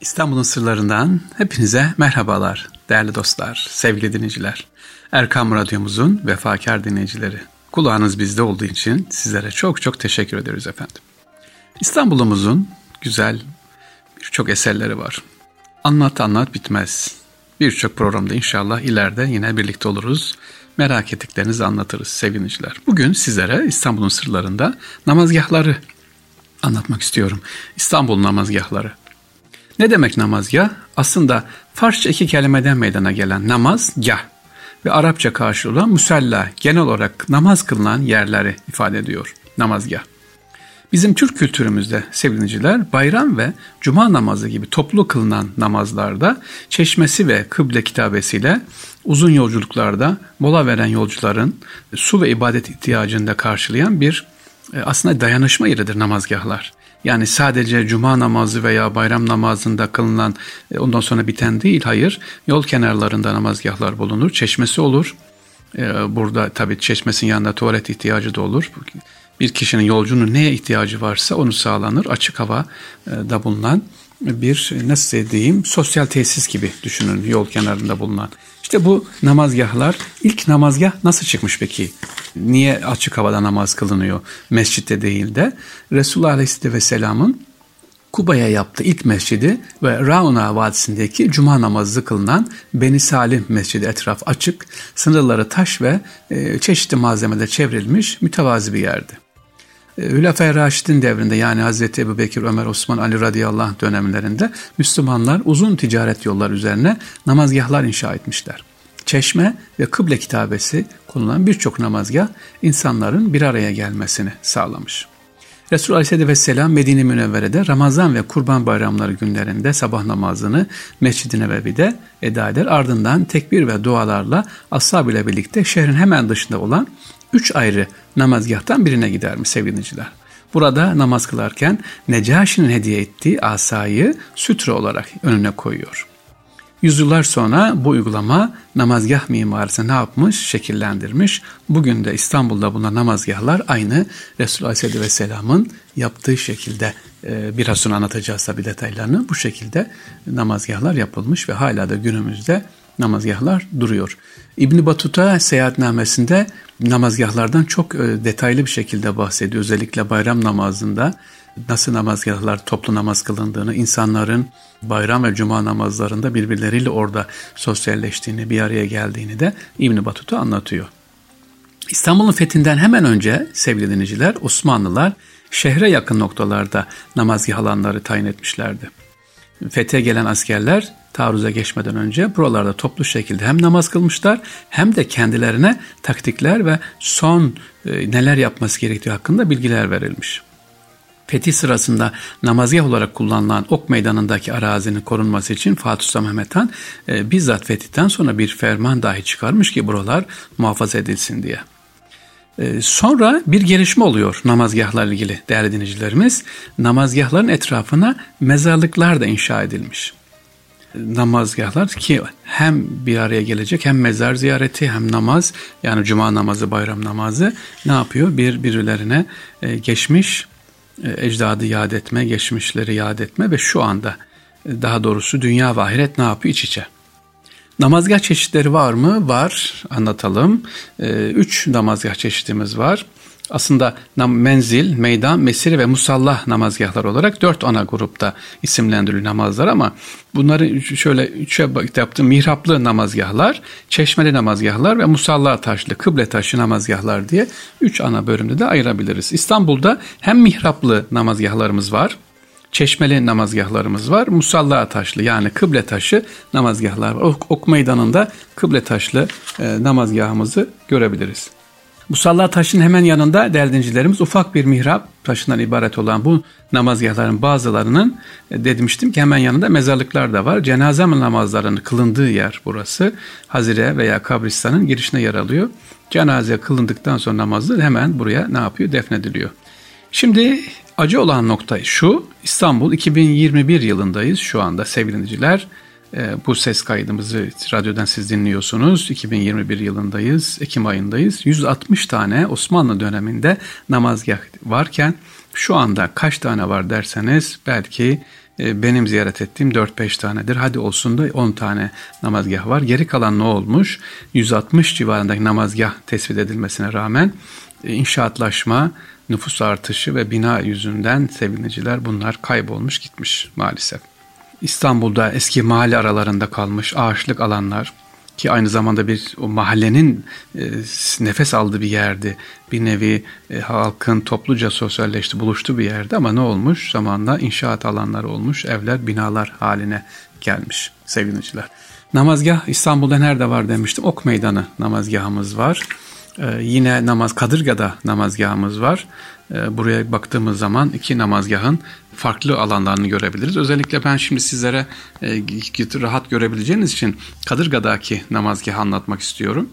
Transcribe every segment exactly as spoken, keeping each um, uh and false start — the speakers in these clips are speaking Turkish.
İstanbul'un sırlarından hepinize merhabalar değerli dostlar, sevgili dinleyiciler. Erkam Radyomuzun vefakar dinleyicileri. Kulağınız bizde olduğu için sizlere çok çok teşekkür ederiz efendim. İstanbul'umuzun güzel birçok eserleri var. Anlat anlat bitmez. Birçok programda inşallah ileride yine birlikte oluruz. Merak ettiklerinizi anlatırız sevgili dinleyiciler. Bugün sizlere İstanbul'un sırlarında namazgahları anlatmak istiyorum. İstanbul namazgahları. Ne demek namazgah? Aslında Farsça iki kelimeden meydana gelen namazgah ve Arapça karşılığı olan musalla, genel olarak namaz kılınan yerleri ifade ediyor namazgah. Bizim Türk kültürümüzde sevgili dinleyiciler, bayram ve cuma namazı gibi toplu kılınan namazlarda çeşmesi ve kıble kitabesiyle uzun yolculuklarda mola veren yolcuların su ve ibadet ihtiyacını da karşılayan bir aslında dayanışma yeridir namazgahlar. Yani sadece cuma namazı veya bayram namazında kılınan ondan sonra biten değil, hayır. Yol kenarlarında namazgahlar bulunur, çeşmesi olur. Burada tabii çeşmesinin yanında tuvalet ihtiyacı da olur. Bir kişinin, yolcunun neye ihtiyacı varsa onu sağlanır. Açık havada bulunan bir, nasıl diyeyim, sosyal tesis gibi düşünün, yol kenarında bulunan. İşte bu namazgahlar, ilk namazgah nasıl çıkmış peki? Niye açık havada namaz kılınıyor? Mescitte değil de. Resulullah Aleyhisselatü Vesselam'ın Kuba'ya yaptığı ilk mescidi ve Rauna Vadisi'ndeki cuma namazı kılınan Beni Salim Mescidi, etraf açık, sınırları taş ve e, çeşitli malzemeler çevrilmiş mütevazi bir yerdi. Hülefai Raşid'in devrinde, yani Hazreti Ebubekir, Ömer, Osman, Ali radıyallahu anh dönemlerinde Müslümanlar uzun ticaret yolları üzerine namazgahlar inşa etmişler. Çeşme ve kıble kitabesi konulan birçok namazgah insanların bir araya gelmesini sağlamış. Resulullah Aleyhisselatü Vesselam Medine-i Münevvere'de Ramazan ve Kurban Bayramları günlerinde sabah namazını Mescid-i Nebevi'de eda eder. Ardından tekbir ve dualarla ashab ile birlikte şehrin hemen dışında olan üç ayrı namazgahtan birine gidermiş sevgili dinleyiciler. Burada namaz kılarken Necaşi'nin hediye ettiği asayı sütre olarak önüne koyuyor. Yüzyıllar sonra bu uygulama namazgah mimarisini ne yapmış? Şekillendirmiş. Bugün de İstanbul'da bulunan namazgahlar aynı Resulullah Aleyhisselatü Vesselam'ın yaptığı şekilde, biraz sonra anlatacağız tabi detaylarını, bu şekilde namazgahlar yapılmış ve hala da günümüzde namazgahlar duruyor. İbn Batuta seyahatnamesinde namazgahlardan çok detaylı bir şekilde bahsediyor. Özellikle bayram namazında nasıl namazgahlar, toplu namaz kılındığını, insanların bayram ve cuma namazlarında birbirleriyle orada sosyalleştiğini, bir araya geldiğini de İbn Batuta anlatıyor. İstanbul'un fethinden hemen önce sevgili dinleyiciler, Osmanlılar şehre yakın noktalarda namazgah alanları tayin etmişlerdi. Fethe gelen askerler taarruza geçmeden önce buralarda toplu şekilde hem namaz kılmışlar hem de kendilerine taktikler ve son e, neler yapması gerektiği hakkında bilgiler verilmiş. Fetih sırasında namazgah olarak kullanılan Ok Meydanı'ndaki arazinin korunması için Fatih Sultan Mehmet Han e, bizzat fetihten sonra bir ferman dahi çıkarmış ki buralar muhafaza edilsin diye. E, sonra bir gelişme oluyor namazgahlarla ilgili değerli dinleyicilerimiz. Namazgahların etrafına mezarlıklar da inşa edilmiş. Namazgahlar ki hem bir araya gelecek, hem mezar ziyareti hem namaz, yani cuma namazı, bayram namazı ne yapıyor? Birbirlerine e, geçmiş ecdadı yad etme, geçmişleri yad etme ve şu anda, daha doğrusu dünya ve ahiret ne yapıyor? İç içe. Namazgah çeşitleri var mı? Var. Anlatalım. Üç namazgah çeşitimiz var. Aslında menzil, meydan, mesire ve musallah namazgahlar olarak dört ana grupta isimlendiriliyor namazlar, ama bunları şöyle üçe yaptığım mihraplı namazgahlar, çeşmeli namazgahlar ve musalla taşlı, kıble taşı namazgahlar diye üç ana bölümde de ayırabiliriz. İstanbul'da hem mihraplı namazgahlarımız var, çeşmeli namazgahlarımız var, musalla taşlı, yani kıble taşı namazgahlar var. Ok, ok meydanında kıble taşlı e, namazgahımızı görebiliriz. Musalla taşın hemen yanında değerli dinleyicilerimiz ufak bir mihrap taşından ibaret olan bu namazgahların bazılarının, demiştim ki hemen yanında mezarlıklar da var. Cenaze namazlarının kılındığı yer burası. Hazire veya kabristanın girişine yer alıyor. Cenaze kılındıktan sonra namazı hemen buraya ne yapıyor? Defnediliyor. Şimdi acı olan nokta şu: İstanbul iki bin yirmi bir yılındayız şu anda sevgili dinleyiciler. Bu ses kaydımızı radyodan siz dinliyorsunuz. iki bin yirmi bir yılındayız, Ekim ayındayız. yüz altmış tane Osmanlı döneminde namazgah varken şu anda kaç tane var derseniz belki benim ziyaret ettiğim dört beş tanedir. Hadi olsun da on tane namazgah var. Geri kalan ne olmuş? yüz altmış civarındaki namazgah tespit edilmesine rağmen inşaatlaşma, nüfus artışı ve bina yüzünden sevgiliciler bunlar kaybolmuş gitmiş maalesef. İstanbul'da eski mahalle aralarında kalmış ağaçlık alanlar ki aynı zamanda bir o mahallenin e, nefes aldığı bir yerdi. Bir nevi e, halkın topluca sosyalleşti, buluştuğu bir yerdi ama ne olmuş? Zamanla inşaat alanları olmuş, evler, binalar haline gelmiş sevgiliciler. Namazgah İstanbul'da nerede var demiştim. Ok Meydanı namazgahımız var. Ee, yine namaz Kadırga'da namazgahımız var. Ee, buraya baktığımız zaman iki namazgahın farklı alanlarını görebiliriz. Özellikle ben şimdi sizlere e, rahat görebileceğiniz için Kadırga'daki namazgahı anlatmak istiyorum.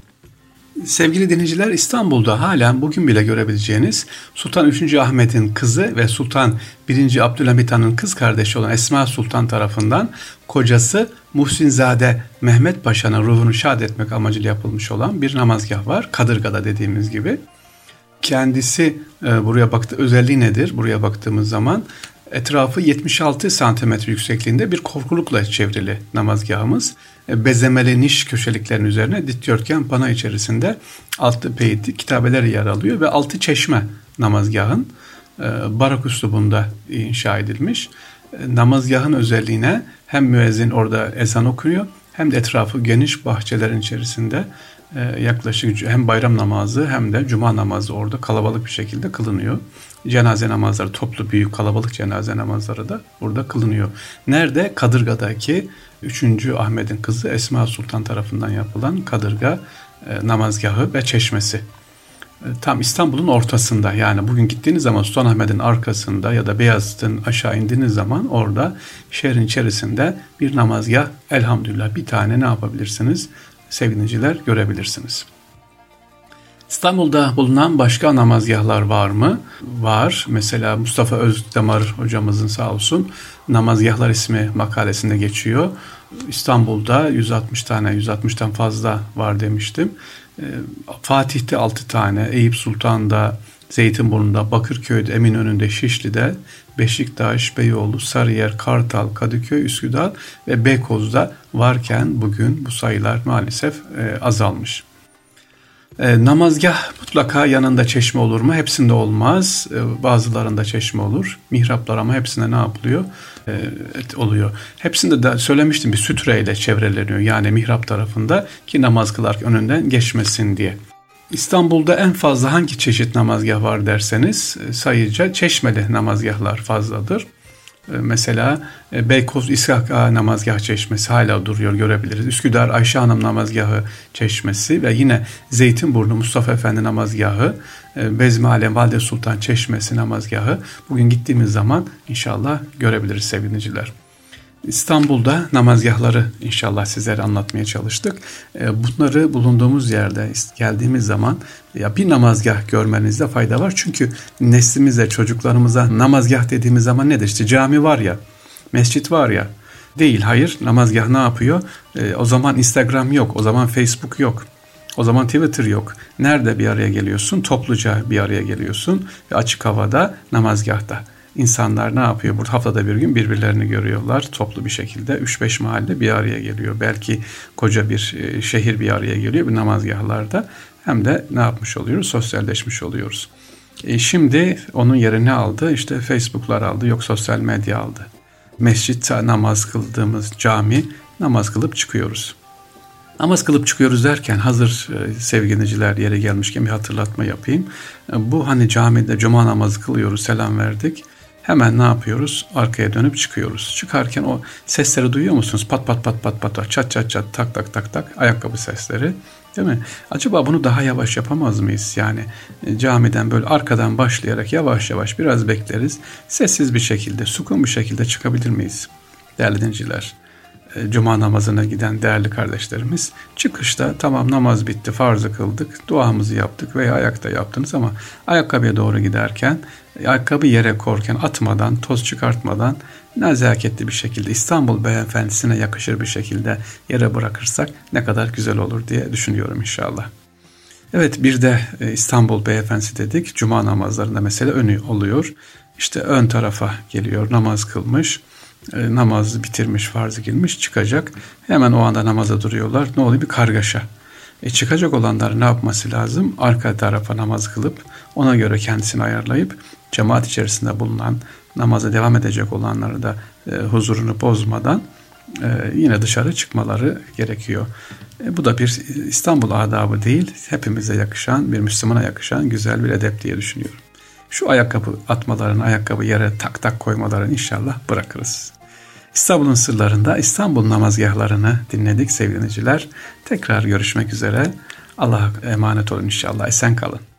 Sevgili dinleyiciler, İstanbul'da halen bugün bile görebileceğiniz Sultan üçüncü. Ahmet'in kızı ve Sultan birinci. Abdülhamit Han'ın kız kardeşi olan Esma Sultan tarafından kocası Muhsinzade Mehmet Paşa'nın ruhunu şad etmek amacıyla yapılmış olan bir namazgah var. Kadırga'da dediğimiz gibi. Kendisi e, buraya baktı özelliği nedir? Buraya baktığımız zaman etrafı yetmiş altı santimetre yüksekliğinde bir korkulukla çevrili namazgahımız. Bezemeli niş köşeliklerin üzerine dikdörtgen pana içerisinde altı peyitli kitabeler yer alıyor ve altı çeşme namazgahın e, barok üslubunda inşa edilmiş. E, namazgahın özelliğine hem müezzin orada ezan okuyor hem de etrafı geniş bahçelerin içerisinde e, yaklaşık hem bayram namazı hem de cuma namazı orada kalabalık bir şekilde kılınıyor. Cenaze namazları, toplu büyük kalabalık cenaze namazları da burada kılınıyor. Nerede? Kadırga'daki üçüncü. Ahmet'in kızı Esma Sultan tarafından yapılan Kadırga e, namazgahı ve çeşmesi. E, tam İstanbul'un ortasında, yani bugün gittiğiniz zaman Sultanahmet'in arkasında ya da Beyazıt'ın aşağı indiğiniz zaman orada şehrin içerisinde bir namazgah, elhamdülillah bir tane ne yapabilirsiniz? Sevgiliciler görebilirsiniz. İstanbul'da bulunan başka namazgahlar var mı? Var. Mesela Mustafa Özdemir hocamızın sağ olsun Namazgahlar ismi makalesinde geçiyor. İstanbul'da yüz altmış tane, yüz altmıştan fazla var demiştim. Fatih'te altı tane, Eyüp Sultan'da, Zeytinburnu'nda, Bakırköy'de, Eminönü'nde, Şişli'de, Beşiktaş, Beyoğlu, Sarıyer, Kartal, Kadıköy, Üsküdar ve Beykoz'da varken bugün bu sayılar maalesef azalmış. E, namazgah mutlaka yanında çeşme olur mu? Hepsinde olmaz. E, bazılarında çeşme olur. Mihraplar ama hepsinde ne yapılıyor? E, oluyor. Hepsinde de söylemiştim bir sütreyle çevreleniyor. Yani mihrap tarafında ki namaz kılarken önünden geçmesin diye. İstanbul'da en fazla hangi çeşit namazgah var derseniz sayıca çeşmeli namazgahlar fazladır. Mesela Beykoz İshak Ağa namazgah çeşmesi hala duruyor, görebiliriz. Üsküdar Ayşe Hanım namazgahı çeşmesi ve yine Zeytinburnu Mustafa Efendi namazgahı, Bezmi Alem Valide Sultan çeşmesi namazgahı bugün gittiğimiz zaman inşallah görebiliriz sevgiliciler. İstanbul'da namazgahları inşallah sizlere anlatmaya çalıştık. Bunları bulunduğumuz yerde geldiğimiz zaman ya bir namazgah görmenizde fayda var. Çünkü neslimize, çocuklarımıza namazgah dediğimiz zaman nedir? İşte cami var ya, mescit var ya. Değil, hayır. Namazgah ne yapıyor? O zaman Instagram yok, o zaman Facebook yok. O zaman Twitter yok. Nerede bir araya geliyorsun? Topluca bir araya geliyorsun ve açık havada namazgahta. İnsanlar ne yapıyor? Burada haftada bir gün birbirlerini görüyorlar. Toplu bir şekilde üç beş mahalle bir araya geliyor. Belki koca bir şehir bir araya geliyor bir namazgahlarda. Hem de ne yapmış oluyoruz? Sosyalleşmiş oluyoruz. E şimdi onun yerini aldı? İşte Facebook'lar aldı. Yok sosyal medya aldı. Mescit namaz kıldığımız cami namaz kılıp çıkıyoruz. Namaz kılıp çıkıyoruz derken hazır sevgiliciler yere gelmişken bir hatırlatma yapayım. Bu hani camide cuma namazı kılıyoruz, selam verdik. Hemen ne yapıyoruz? Arkaya dönüp çıkıyoruz. Çıkarken o sesleri duyuyor musunuz? Pat pat pat pat pat, çat çat çat, tak tak tak tak, ayakkabı sesleri. Değil mi? Acaba bunu daha yavaş yapamaz mıyız? Yani camiden böyle arkadan başlayarak yavaş yavaş biraz bekleriz. Sessiz bir şekilde, sukun bir şekilde çıkabilir miyiz? Değerli dinleyiciler, Cuma namazına giden değerli kardeşlerimiz çıkışta tamam namaz bitti, farzı kıldık, duamızı yaptık veya ayakta yaptınız ama ayakkabıya doğru giderken ayakkabı yere korken atmadan, toz çıkartmadan nezaketli bir şekilde İstanbul Beyefendisi'ne yakışır bir şekilde yere bırakırsak ne kadar güzel olur diye düşünüyorum inşallah. Evet, bir de İstanbul Beyefendisi dedik. Cuma namazlarında mesela önü oluyor. İşte ön tarafa geliyor, namaz kılmış. E, namazı bitirmiş, farzı girmiş, çıkacak. Hemen o anda namaza duruyorlar. Ne oluyor? Bir kargaşa. E, çıkacak olanlar ne yapması lazım? Arka tarafa namaz kılıp ona göre kendisini ayarlayıp cemaat içerisinde bulunan, namaza devam edecek olanları da e, huzurunu bozmadan e, yine dışarı çıkmaları gerekiyor. E, bu da bir İstanbul adabı değil, hepimize yakışan, bir Müslümana yakışan güzel bir edep diye düşünüyorum. Şu ayakkabı atmalarını, ayakkabı yere tak tak koymalarını inşallah bırakırız. İstanbul'un sırlarında İstanbul namazgahlarını dinledik sevgili dinleyiciler. Tekrar görüşmek üzere. Allah'a emanet olun inşallah. Esen kalın.